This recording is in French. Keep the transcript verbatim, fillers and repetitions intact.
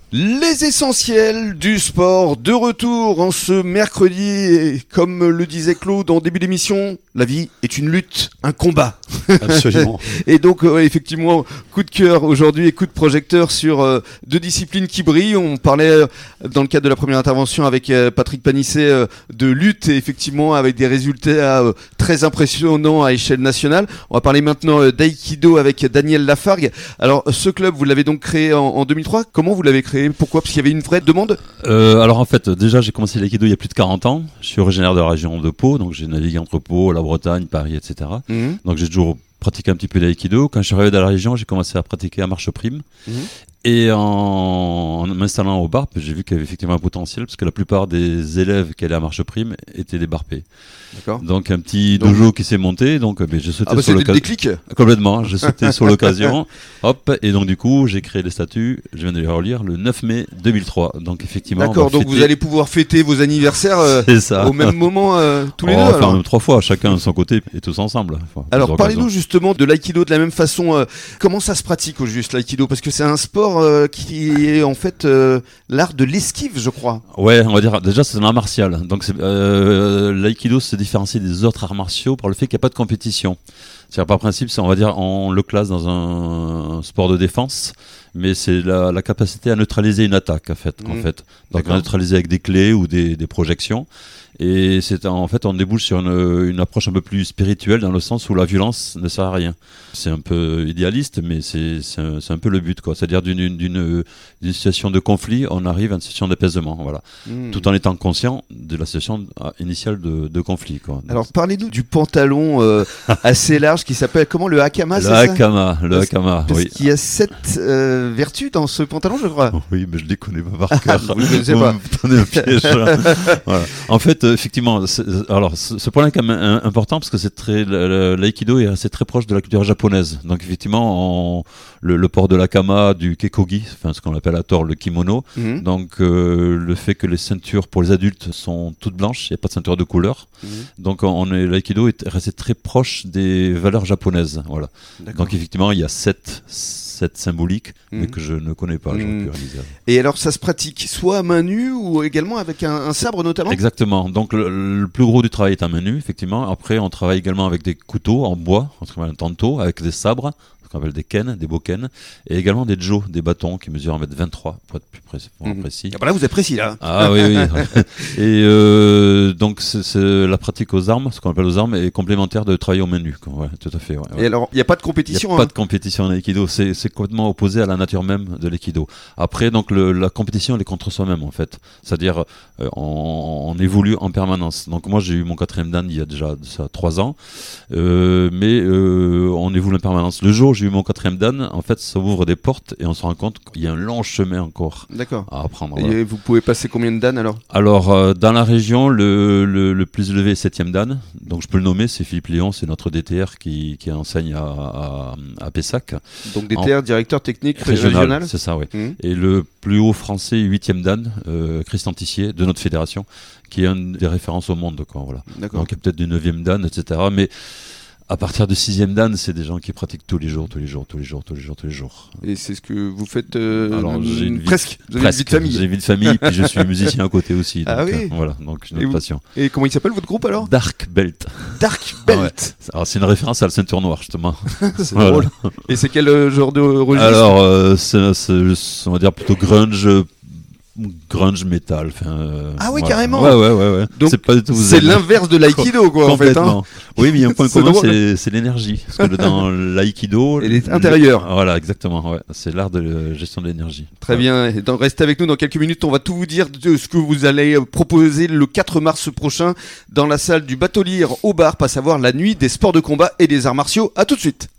Les essentiels du sport de retour en ce mercredi et comme le disait Claude en début d'émission, la vie est une lutte, un combat. Absolument. Et donc euh, effectivement, coup de cœur aujourd'hui et coup de projecteur sur euh, deux disciplines qui brillent. On parlait euh, dans le cadre de la première intervention avec euh, Patrick Panisset euh, de lutte et effectivement avec des résultats euh, très impressionnants à échelle nationale. On va parler maintenant euh, d'aïkido avec Daniel Lafargue. Alors ce club, vous l'avez donc créé en, en deux mille trois. Comment vous l'avez créé ? Pourquoi ? Parce qu'il y avait une vraie demande ? euh, Alors en fait, déjà j'ai commencé l'aïkido il y a plus de quarante ans. Je suis originaire de la région de Pau, donc j'ai navigué entre Pau, la Bretagne, Paris, et cetera. Mmh. Donc j'ai toujours pratiqué un petit peu l'aïkido. Quand je suis arrivé dans la région, j'ai commencé à pratiquer à marche prime. Mmh. Et en, en m'installant au Barp, j'ai vu qu'il y avait effectivement un potentiel, parce que la plupart des élèves qui allaient à marche prime étaient des barpés. D'accord. Donc un petit dojo donc... qui s'est monté, donc ben, j'ai sauté ah bah sur l'occasion. Déclic. Complètement, j'ai sauté sur l'occasion. Hop, et donc du coup, j'ai créé les statuts, je viens de les relire, le neuf mai deux mille trois. Donc effectivement. D'accord, donc fêter... vous allez pouvoir fêter vos anniversaires euh, au même moment euh, tous les oh, deux. Enfin, alors. même trois fois, chacun de son côté et tous ensemble. Enfin, alors parlez-nous justement de l'aïkido de la même façon. Euh, comment ça se pratique au juste l'aïkido ? Parce que c'est un sport euh, qui est en fait euh, l'art de l'esquive, je crois. Ouais, on va dire déjà c'est un art martial. Donc c'est, euh, l'aïkido se différencie des autres arts martiaux par le fait qu'il n'y a pas de compétition. C'est-à-dire par principe, c'est, on va dire, on le classe dans un sport de défense, mais c'est la, la capacité à neutraliser une attaque en fait. Mmh. En fait. Donc à neutraliser avec des clés ou des, des projections. Et c'est en fait on débouche sur une, une approche un peu plus spirituelle dans le sens où la violence ne sert à rien. C'est un peu idéaliste, mais c'est, c'est, un, c'est un peu le but, quoi. C'est-à-dire d'une, d'une, d'une situation de conflit, on arrive à une situation d'apaisement, voilà. Mmh. Tout en étant conscient de la situation initiale de, de conflit, quoi. Alors donc, parlez-nous du pantalon euh, assez large qui s'appelle comment, le hakama, le c'est hakama, ça le hakama, parce oui. qu'il y a sept euh, vertus dans ce pantalon, je crois. Oui, mais je les connais pas par cœur. Vous ne connaissez pas. Vous me tendez un piège. Voilà. En fait, effectivement, c'est, alors ce point-là est quand même important parce que c'est très l'aïkido est assez très proche de la culture japonaise. Donc effectivement, on, le, le port de l'akama, du kekogi, enfin ce qu'on appelle à tort le kimono. Mm-hmm. Donc euh, le fait que les ceintures pour les adultes sont toutes blanches, il n'y a pas de ceinture de couleur. Mm-hmm. Donc on est l'aïkido est resté très proche des valeurs japonaises. Voilà. D'accord. Donc effectivement, il y a sept cette symbolique, mmh. mais que je ne connais pas. Mmh. Et alors, ça se pratique soit à main nue ou également avec un, un sabre notamment ? Exactement. Donc, le, le plus gros du travail est à main nue, effectivement. Après, on travaille également avec des couteaux en bois, on travaille un tanto, avec des sabres, ce qu'on appelle des ken, des boken, et également des jo, des bâtons qui mesurent un mètre vingt-trois, pour être plus précis. Mmh. précis. Ah bah là, vous êtes précis, là. Ah oui, oui. Et euh, donc, c'est, c'est la pratique aux armes, ce qu'on appelle aux armes, est complémentaire de travailler aux mains nues. Ouais, tout à fait. Ouais, ouais. Et alors, il n'y a pas de compétition ? Il n'y a hein. pas de compétition en aikido. C'est, c'est complètement opposé à la nature même de l'aïkido. Après, donc, le, la compétition, elle est contre soi-même, en fait. C'est-à-dire, euh, on, on évolue en permanence. Donc, moi, j'ai eu mon quatrième dan il y a déjà ça, trois ans. Euh, mais euh, on évolue en permanence. Le jour où j'ai eu mon quatrième dan, en fait, ça ouvre des portes et on se rend compte qu'il y a un long chemin encore D'accord. à apprendre. Et voilà. vous pouvez passer combien de dan alors ? Alors, euh, dans la région, le, le, le plus élevé est septième dan. Donc, je peux le nommer, c'est Philippe Léon, c'est notre D T R qui, qui enseigne à, à, à Pessac. Donc, D T R, en... directeur technique régional, régional. C'est ça, oui. Mmh. Et le plus haut français, huitième dan, euh, Christian Tissier, de notre fédération, qui est une des références au monde, quoi, voilà. D'accord. Donc, il y a peut-être du neuvième dan, et cetera. Mais à partir de sixième dan, c'est des gens qui pratiquent tous les jours, tous les jours, tous les jours, tous les jours, tous les jours. Et c'est ce que vous faites euh, Alors, j'ai une vie, presque. Vous avez presque. Une vie de famille. J'ai une vie de famille, puis je suis musicien à côté aussi. Donc, ah oui. euh, voilà, donc j'ai une passion. Et comment il s'appelle votre groupe alors ? Dark Belt. Dark Belt. Ouais. Alors c'est une référence à la ceinture noire justement. C'est voilà. drôle. Et c'est quel euh, genre de registre ? Alors euh, c'est, c'est, on va dire plutôt grunge. Grunge metal. Euh, ah oui, voilà. carrément. Ouais, ouais, ouais, ouais. Donc, c'est, pas du tout c'est l'inverse de l'aïkido, quoi, en fait. Hein. Oui, mais il y a un point commun, c'est, c'est l'énergie. Parce que dans l'aïkido. Elle est intérieure. Le, voilà, exactement. Ouais. C'est l'art de la gestion de l'énergie. Très ouais. bien. Et donc, restez avec nous dans quelques minutes. On va tout vous dire de ce que vous allez proposer le quatre mars prochain dans la salle du Batelier au Barp, à savoir la nuit des sports de combat et des arts martiaux. À tout de suite.